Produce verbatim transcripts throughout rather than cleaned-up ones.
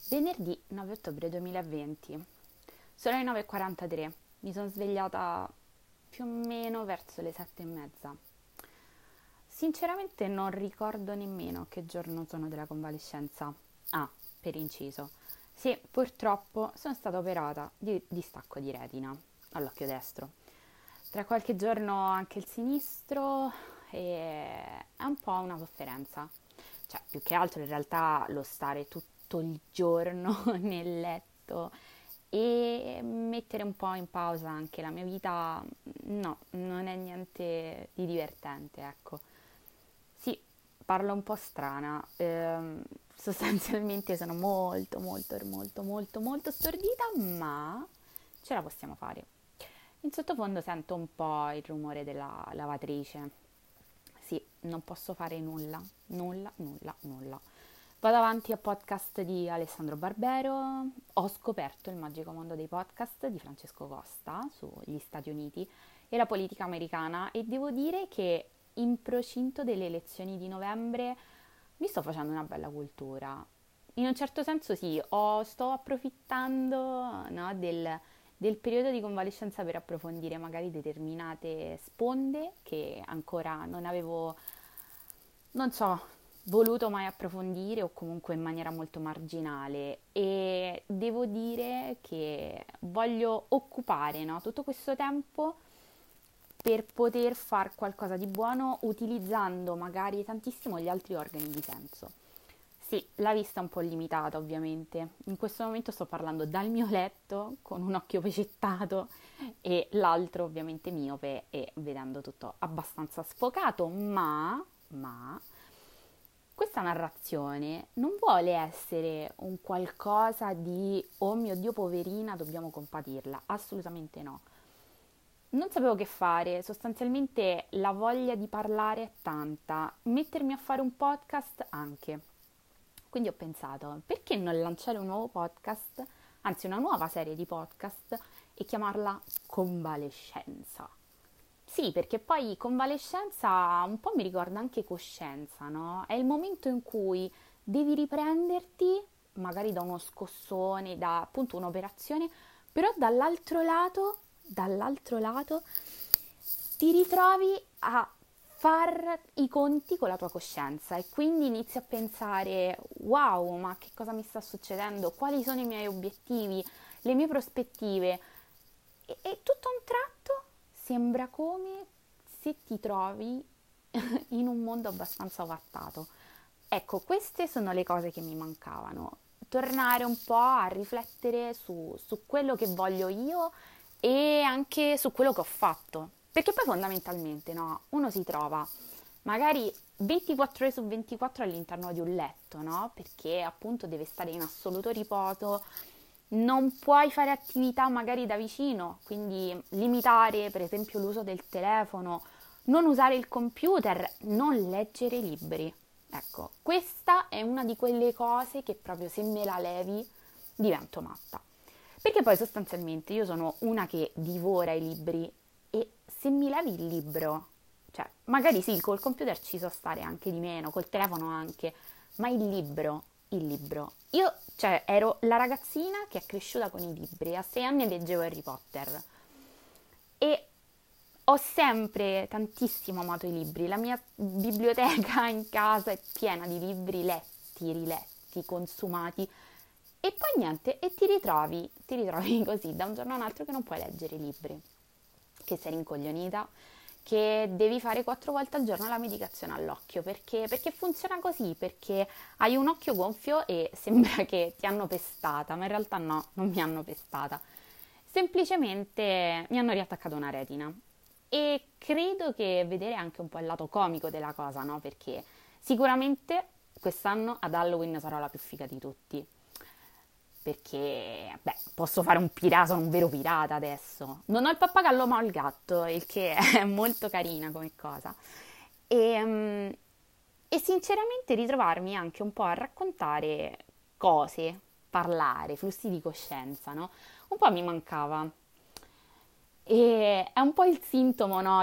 Venerdì nove ottobre duemilaventi, sono le nove e quarantatré, mi sono svegliata più o meno verso le sette e mezza. Sinceramente non ricordo nemmeno che giorno sono della convalescenza. Ah, per inciso. Sì, purtroppo sono stata operata di distacco di retina all'occhio destro. Tra qualche giorno anche il sinistro e è un po' una sofferenza. Cioè, più che altro in realtà lo stare tutto il giorno nel letto e mettere un po' in pausa anche la mia vita, no, non è niente di divertente, ecco. Sì, parlo un po' strana, ehm, sostanzialmente sono molto, molto, molto, molto, molto stordita, ma ce la possiamo fare. In sottofondo sento un po' il rumore della lavatrice. Sì, non posso fare nulla, nulla, nulla, nulla. Vado avanti a podcast di Alessandro Barbero, ho scoperto il magico mondo dei podcast di Francesco Costa sugli Stati Uniti e la politica americana e devo dire che in procinto delle elezioni di novembre mi sto facendo una bella cultura. In un certo senso sì, ho- sto approfittando, no, del, del periodo di convalescenza per approfondire magari determinate sponde che ancora non avevo, non so, voluto mai approfondire o comunque in maniera molto marginale e devo dire che voglio occupare, no, tutto questo tempo per poter fare qualcosa di buono utilizzando magari tantissimo gli altri organi di senso. Sì, la vista è un po' limitata ovviamente. In questo momento sto parlando dal mio letto con un occhio pecettato e l'altro ovviamente miope e vedendo tutto abbastanza sfocato, ma, ma questa narrazione non vuole essere un qualcosa di oh mio Dio poverina, dobbiamo compatirla, assolutamente no. Non sapevo che fare, sostanzialmente la voglia di parlare è tanta, mettermi a fare un podcast anche. Quindi ho pensato, perché non lanciare un nuovo podcast, anzi una nuova serie di podcast e chiamarla Convalescenza? Sì, perché poi convalescenza un po' mi ricorda anche coscienza, no? È il momento in cui devi riprenderti, magari da uno scossone, da appunto un'operazione, però dall'altro lato, dall'altro lato ti ritrovi a far i conti con la tua coscienza e quindi inizi a pensare wow, ma che cosa mi sta succedendo? Quali sono i miei obiettivi, le mie prospettive? E, e tutto a un tratto sembra come se ti trovi in un mondo abbastanza ovattato. Ecco, queste sono le cose che mi mancavano. Tornare un po' a riflettere su, su quello che voglio io e anche su quello che ho fatto. Perché poi fondamentalmente, no, uno si trova magari ventiquattro ore su ventiquattro all'interno di un letto, no? Perché appunto deve stare in assoluto riposo, non puoi fare attività magari da vicino, quindi limitare per esempio l'uso del telefono, non usare il computer, non leggere libri. Ecco, questa è una di quelle cose che proprio se me la levi divento matta. Perché poi sostanzialmente io sono una che divora i libri e se mi levi il libro, cioè magari sì, col computer ci so stare anche di meno, col telefono anche, ma il libro, il libro. Io, cioè, ero la ragazzina che è cresciuta con i libri, a sei anni leggevo Harry Potter e ho sempre tantissimo amato i libri, la mia biblioteca in casa è piena di libri letti, riletti, consumati e poi niente, e ti ritrovi, ti ritrovi così da un giorno all'altro che non puoi leggere i libri, che sei rincoglionita, che devi fare quattro volte al giorno la medicazione all'occhio, perché, perché funziona così, perché hai un occhio gonfio e sembra che ti hanno pestata, ma in realtà no, non mi hanno pestata. Semplicemente mi hanno riattaccato una retina e credo che vedere anche un po' il lato comico della cosa, no? Perché sicuramente quest'anno ad Halloween sarò la più figa di tutti. Perché, beh, posso fare un pirata, sono un vero pirata adesso. Non ho il pappagallo, ma ho il gatto, il che è molto carina come cosa. E, mm, e sinceramente ritrovarmi anche un po' a raccontare cose, parlare, flussi di coscienza, no? Un po' mi mancava. E è un po' il sintomo, no,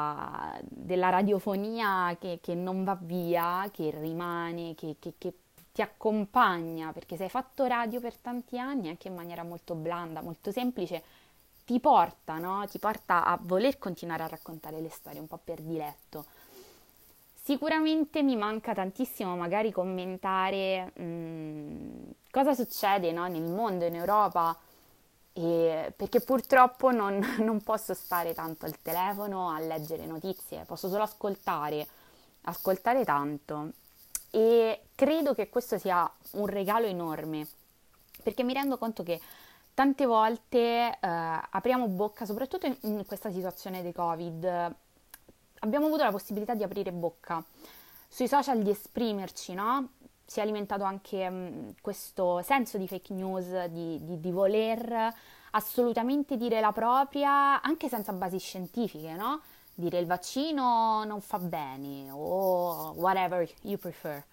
della, della radiofonia che, che non va via, che rimane, che, che- che ti accompagna, perché se hai fatto radio per tanti anni, anche in maniera molto blanda, molto semplice, ti porta, no? Ti porta a voler continuare a raccontare le storie un po' per diletto. Sicuramente mi manca tantissimo magari commentare mh, cosa succede, no, nel mondo, in Europa, e perché purtroppo non, non posso stare tanto al telefono a leggere notizie, posso solo ascoltare, ascoltare tanto. E credo che questo sia un regalo enorme, perché mi rendo conto che tante volte eh, apriamo bocca, soprattutto in, in questa situazione di Covid, abbiamo avuto la possibilità di aprire bocca sui social, di esprimerci, no? Si è alimentato anche mh, questo senso di fake news, di, di, di voler assolutamente dire la propria, anche senza basi scientifiche, no? Dire il vaccino non fa bene o whatever you prefer.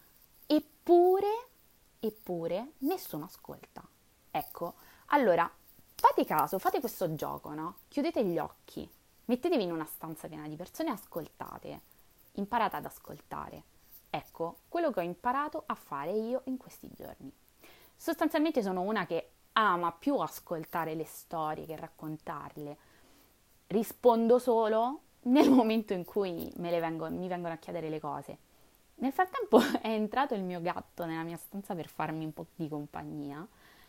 Eppure, eppure, nessuno ascolta. Ecco, allora, fate caso, fate questo gioco, no? Chiudete gli occhi, mettetevi in una stanza piena di persone e ascoltate. Imparate ad ascoltare. Ecco, quello che ho imparato a fare io in questi giorni. Sostanzialmente sono una che ama più ascoltare le storie che raccontarle. Rispondo solo nel momento in cui me le vengo, mi vengono a chiedere le cose. Nel frattempo è entrato il mio gatto nella mia stanza per farmi un po' di compagnia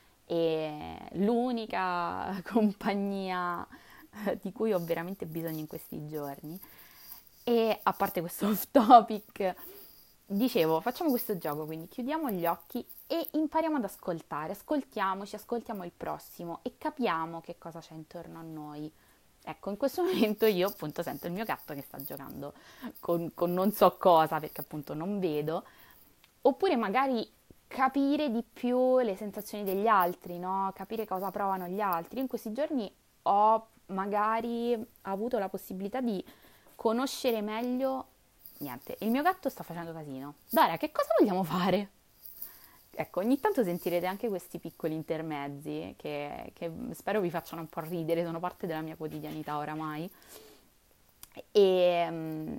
e l'unica compagnia di cui ho veramente bisogno in questi giorni. E a parte questo off topic, dicevo, facciamo questo gioco, quindi chiudiamo gli occhi e impariamo ad ascoltare, ascoltiamoci, ascoltiamo il prossimo e capiamo che cosa c'è intorno a noi. Ecco, in questo momento io appunto sento il mio gatto che sta giocando con, con non so cosa, perché appunto non vedo, oppure magari capire di più le sensazioni degli altri, no? Capire cosa provano gli altri. In questi giorni ho magari avuto la possibilità di conoscere meglio. Niente, il mio gatto sta facendo casino. Dara, che cosa vogliamo fare? Ecco, ogni tanto sentirete anche questi piccoli intermezzi che, che spero vi facciano un po' ridere, sono parte della mia quotidianità oramai. E, mm,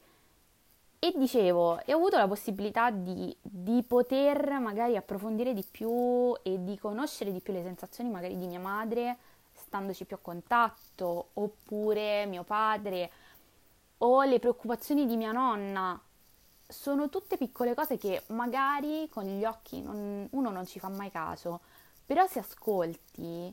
e dicevo, e ho avuto la possibilità di, di poter magari approfondire di più e di conoscere di più le sensazioni magari di mia madre, standoci più a contatto, oppure mio padre, o le preoccupazioni di mia nonna. Sono tutte piccole cose che magari con gli occhi non- uno non ci fa mai caso, però se ascolti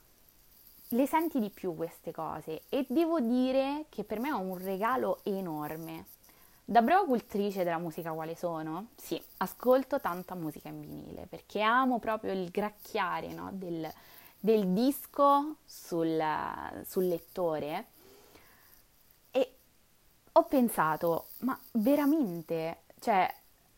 le senti di più queste cose e devo dire che per me è un regalo enorme. Da brava cultrice della musica quale sono, sì, ascolto tanta musica in vinile perché amo proprio il gracchiare, no, del, del disco sul, sul lettore e ho pensato, ma veramente, cioè,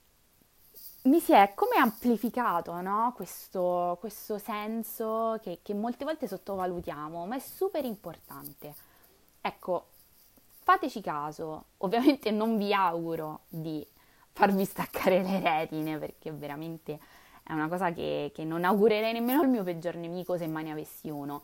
mi si è come amplificato, no? Questo, questo senso che, che molte volte sottovalutiamo, ma è super importante. Ecco, fateci caso, ovviamente non vi auguro di farvi staccare le retine, perché veramente è una cosa che, che non augurerei nemmeno al mio peggior nemico se mai ne avessi uno.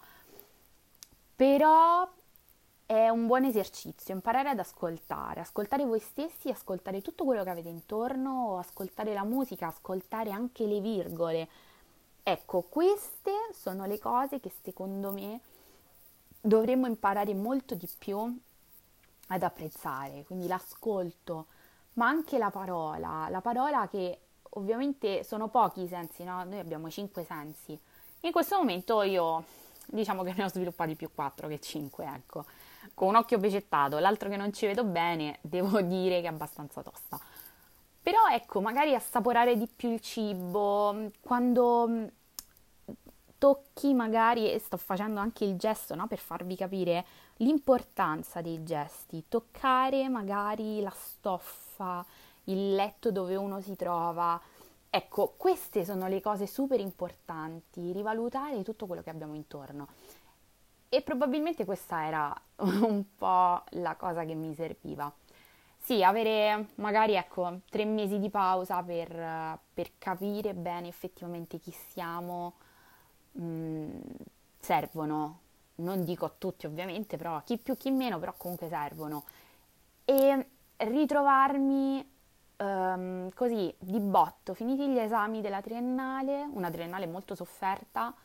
Però è un buon esercizio imparare ad ascoltare, ascoltare voi stessi, ascoltare tutto quello che avete intorno, ascoltare la musica, ascoltare anche le virgole. Ecco, queste sono le cose che secondo me dovremmo imparare molto di più ad apprezzare, quindi l'ascolto, ma anche la parola, la parola che ovviamente sono pochi i sensi, no? Noi abbiamo cinque sensi. In questo momento io diciamo che ne ho sviluppati più quattro che cinque, ecco, con un occhio becettato, l'altro che non ci vedo bene, devo dire che è abbastanza tosta. Però ecco, magari assaporare di più il cibo, quando mh, tocchi magari, e sto facendo anche il gesto, no, per farvi capire l'importanza dei gesti, toccare magari la stoffa, il letto dove uno si trova. Ecco, queste sono le cose super importanti, rivalutare tutto quello che abbiamo intorno. E probabilmente questa era un po' la cosa che mi serviva. Sì, avere magari ecco tre mesi di pausa per, per capire bene effettivamente chi siamo, mh, servono. Non dico a tutti ovviamente, però chi più chi meno, però comunque servono. E ritrovarmi ehm, così di botto, finiti gli esami della triennale, una triennale molto sofferta,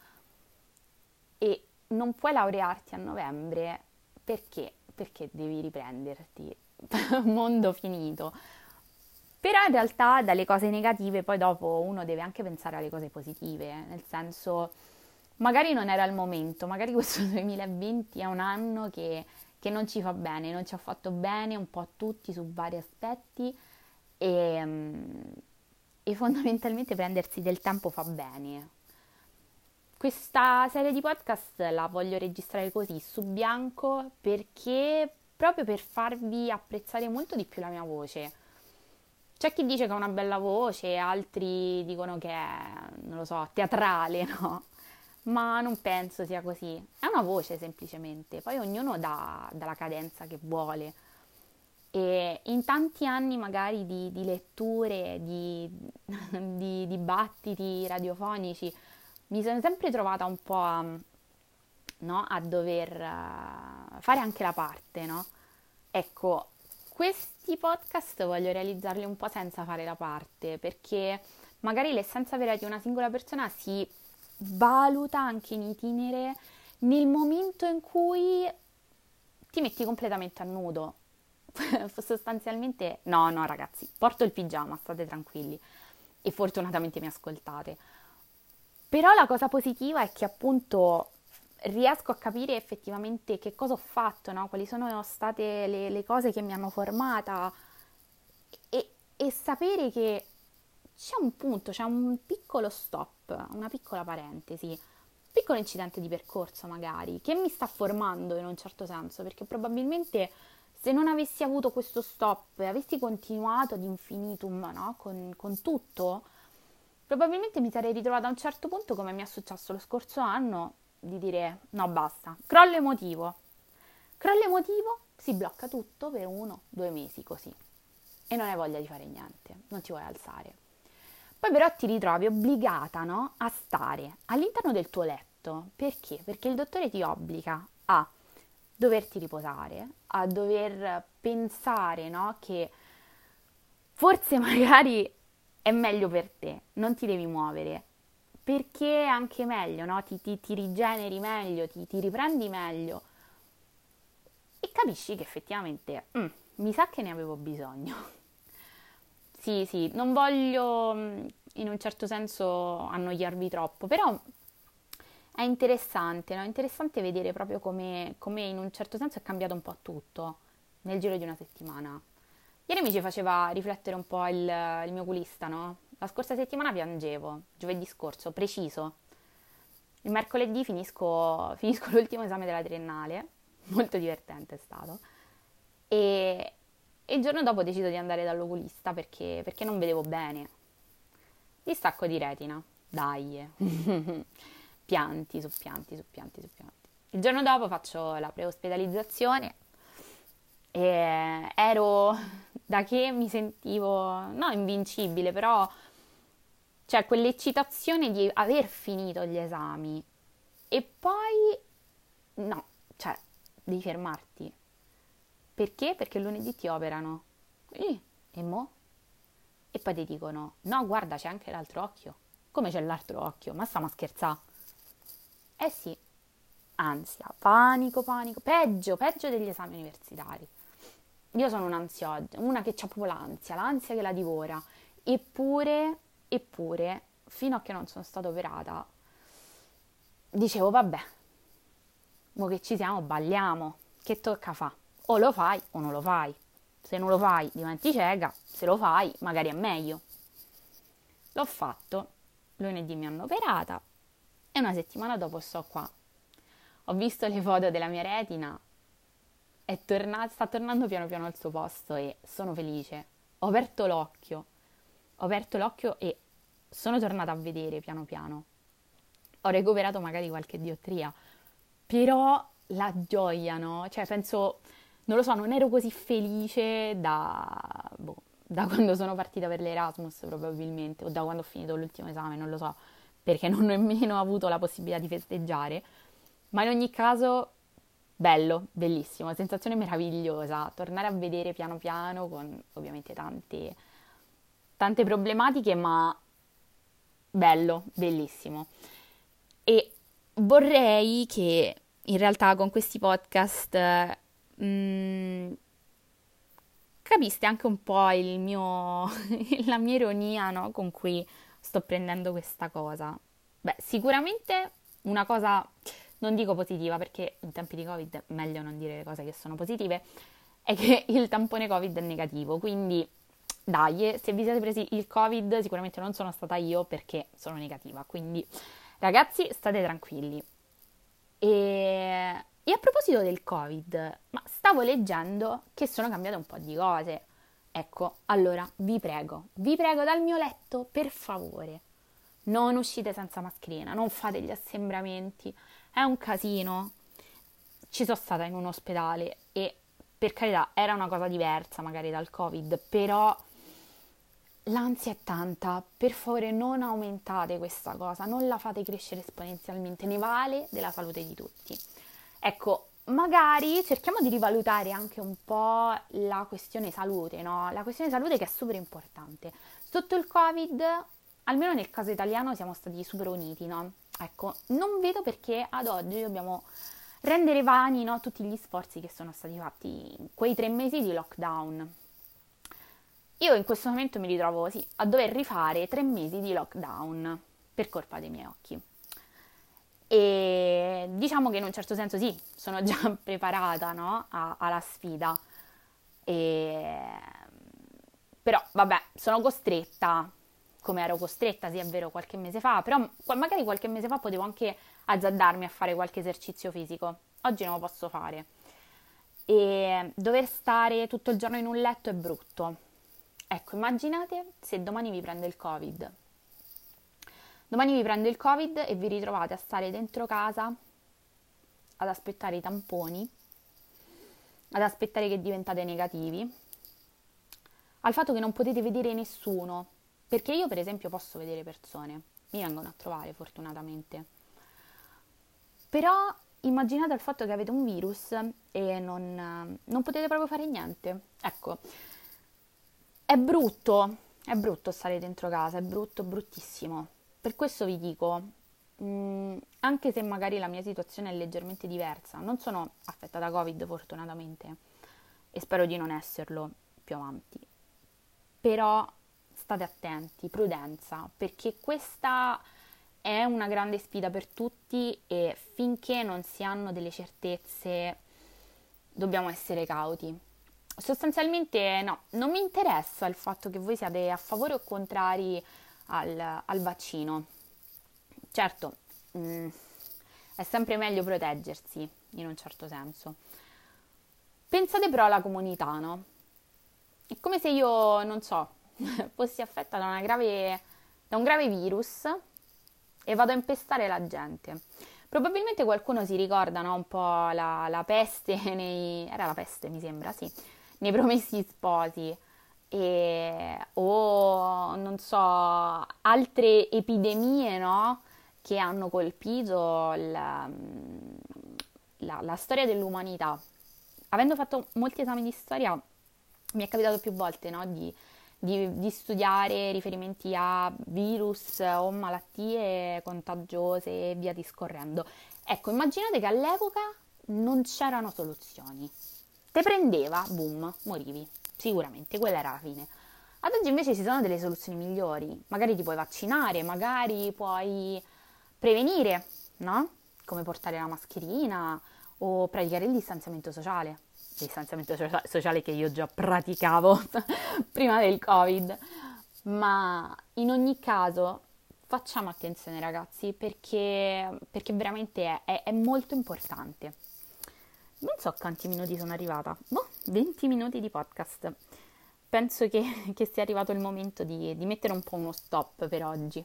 e non puoi laurearti a novembre perché? Perché devi riprenderti. Mondo finito. Però in realtà dalle cose negative poi dopo uno deve anche pensare alle cose positive, nel senso magari non era il momento, magari questo duemilaventi è un anno che, che non ci fa bene, non ci ha fatto bene un po' a tutti su vari aspetti e, mm, e fondamentalmente prendersi del tempo fa bene. Questa serie di podcast la voglio registrare così, su bianco, perché proprio per farvi apprezzare molto di più la mia voce. C'è chi dice che ha una bella voce, altri dicono che è, non lo so, teatrale, no? Ma non penso sia così. È una voce semplicemente, poi ognuno dà, dà la cadenza che vuole. E in tanti anni magari di, di letture, di, di dibattiti radiofonici, mi sono sempre trovata un po' a, no, a dover eh, fare anche la parte, no? Ecco, questi podcast voglio realizzarli un po' senza fare la parte, perché magari l'essenza vera di una singola persona si valuta anche in itinere nel momento in cui ti metti completamente a nudo. Sostanzialmente, no, no, ragazzi, porto il pigiama, state tranquilli e fortunatamente mi ascoltate. Però la cosa positiva è che appunto riesco a capire effettivamente che cosa ho fatto, no? Quali sono state le, le cose che mi hanno formata e, e sapere che c'è un punto, c'è un piccolo stop, una piccola parentesi, un piccolo incidente di percorso magari, che mi sta formando in un certo senso, perché probabilmente se non avessi avuto questo stop e avessi continuato ad infinitum, no? con, con tutto, probabilmente mi sarei ritrovata a un certo punto, come mi è successo lo scorso anno, di dire no, basta, crollo emotivo. Crollo emotivo, si blocca tutto per uno, due mesi così. E non hai voglia di fare niente, non ti vuoi alzare. Poi però ti ritrovi obbligata, no, a stare all'interno del tuo letto. Perché? Perché il dottore ti obbliga a doverti riposare, a dover pensare, no, che forse magari è meglio per te, non ti devi muovere, perché è anche meglio, no? Ti, ti, ti rigeneri meglio, ti, ti riprendi meglio e capisci che effettivamente mm, mi sa che ne avevo bisogno. Sì, sì, non voglio mm, in un certo senso annoiarvi troppo, però è interessante, no? È interessante vedere proprio come, come in un certo senso è cambiato un po' tutto nel giro di una settimana. Ieri mi ci faceva riflettere un po' il, il mio oculista, no? La scorsa settimana piangevo, giovedì scorso, preciso. Il mercoledì finisco, finisco l'ultimo esame della triennale, molto divertente è stato, e, e il giorno dopo decido di andare dall'oculista perché, perché non vedevo bene. Distacco di retina, dai, pianti su pianti su pianti su pianti. Il giorno dopo faccio la preospedalizzazione e ero da che mi sentivo, no, invincibile, però cioè quell'eccitazione di aver finito gli esami e poi no, cioè devi fermarti. Perché? Perché lunedì ti operano. Eh, e mo? E poi ti dicono, no, guarda, c'è anche l'altro occhio. Come c'è l'altro occhio? Ma stiamo a scherzare? Eh sì, ansia, panico, panico, peggio, peggio degli esami universitari. Io sono un'ansiosa, una che ha proprio l'ansia, l'ansia che la divora. Eppure, eppure, fino a che non sono stata operata, dicevo, vabbè, mo che ci siamo, balliamo, che tocca fa? O lo fai o non lo fai. Se non lo fai diventi cieca, se lo fai magari è meglio. L'ho fatto, lunedì mi hanno operata e una settimana dopo sto qua. Ho visto le foto della mia retina, è tornata, sta tornando piano piano al suo posto e sono felice. Ho aperto l'occhio, ho aperto l'occhio e sono tornata a vedere piano piano. Ho recuperato magari qualche diottria, però la gioia, no? Cioè penso, non lo so, non ero così felice da, boh, da quando sono partita per l'Erasmus probabilmente, o da quando ho finito l'ultimo esame, non lo so, perché non ho nemmeno avuto la possibilità di festeggiare, ma in ogni caso bello, bellissimo, sensazione meravigliosa, tornare a vedere piano piano con ovviamente tante, tante problematiche, ma bello, bellissimo. E vorrei che in realtà con questi podcast mh, capiste anche un po' il mio, la mia ironia, no? Con cui sto prendendo questa cosa. Beh, sicuramente una cosa, non dico positiva perché in tempi di Covid è meglio non dire le cose che sono positive, è che il tampone Covid è negativo, quindi dai, se vi siete presi il Covid sicuramente non sono stata io perché sono negativa, quindi ragazzi state tranquilli. E, e a proposito del Covid, ma stavo leggendo che sono cambiate un po' di cose. Ecco, allora vi prego, vi prego dal mio letto, per favore, non uscite senza mascherina, non fate gli assembramenti, è un casino. Ci sono stata in un ospedale e per carità era una cosa diversa magari dal Covid, però l'ansia è tanta, per favore non aumentate questa cosa, non la fate crescere esponenzialmente, ne vale della salute di tutti. Ecco, magari cerchiamo di rivalutare anche un po' la questione salute, no? La questione salute che è super importante. Sotto il Covid, almeno nel caso italiano, siamo stati super uniti, no? Ecco, non vedo perché ad oggi dobbiamo rendere vani, no, tutti gli sforzi che sono stati fatti in quei tre mesi di lockdown. Io in questo momento mi ritrovo, sì, a dover rifare tre mesi di lockdown per colpa dei miei occhi. E diciamo che in un certo senso sì, sono già preparata, no, a- alla sfida. E... Però vabbè, sono costretta, come ero costretta, sì è vero, qualche mese fa, però magari qualche mese fa potevo anche azzardarmi a fare qualche esercizio fisico. Oggi non lo posso fare. E dover stare tutto il giorno in un letto è brutto. Ecco, immaginate se domani vi prende il Covid. Domani vi prende il Covid e vi ritrovate a stare dentro casa ad aspettare i tamponi, ad aspettare che diventate negativi, al fatto che non potete vedere nessuno, perché io per esempio posso vedere persone, mi vengono a trovare fortunatamente, però immaginate il fatto che avete un virus e non, non potete proprio fare niente. Ecco, è brutto, è brutto stare dentro casa, è brutto, bruttissimo. Per questo vi dico, mh, anche se magari la mia situazione è leggermente diversa, non sono affetta da Covid fortunatamente e spero di non esserlo più avanti, però state attenti, prudenza, perché questa è una grande sfida per tutti e finché non si hanno delle certezze dobbiamo essere cauti. Sostanzialmente no, non mi interessa il fatto che voi siate a favore o contrari al, al vaccino. Certo, mh, è sempre meglio proteggersi, in un certo senso. Pensate però alla comunità, no? È come se io, non so, fossi affetta da una grave, da un grave virus e vado a impestare la gente. Probabilmente qualcuno si ricorda, no, un po' la, la peste nei... era la peste, mi sembra, sì, nei Promessi Sposi. E, o non so, altre epidemie, no, che hanno colpito la, la, la storia dell'umanità. Avendo fatto molti esami di storia, mi è capitato più volte, no, di, di, di studiare riferimenti a virus o malattie contagiose e via discorrendo. Ecco, immaginate che all'epoca non c'erano soluzioni. Te prendeva, boom, morivi. Sicuramente, quella era la fine. Ad oggi invece ci sono delle soluzioni migliori. Magari ti puoi vaccinare, magari puoi prevenire, no? Come portare la mascherina o praticare il distanziamento sociale. Il distanziamento socia- sociale che io già praticavo prima del Covid. Ma in ogni caso facciamo attenzione ragazzi perché, perché veramente è, è, è molto importante. Non so quanti minuti sono arrivata. Boh, venti minuti di podcast. Penso che, che sia arrivato il momento di, di mettere un po' uno stop per oggi.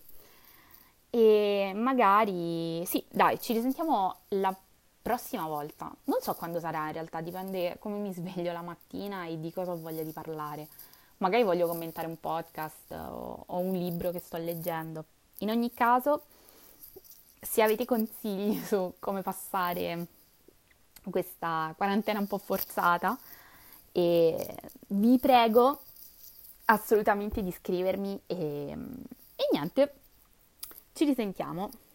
E magari, sì, dai, ci risentiamo la prossima volta. Non so quando sarà in realtà, dipende come mi sveglio la mattina e di cosa ho voglia di parlare. Magari voglio commentare un podcast o, o un libro che sto leggendo. In ogni caso, se avete consigli su come passare questa quarantena un po' forzata, e vi prego assolutamente di scrivermi e, e niente, ci risentiamo.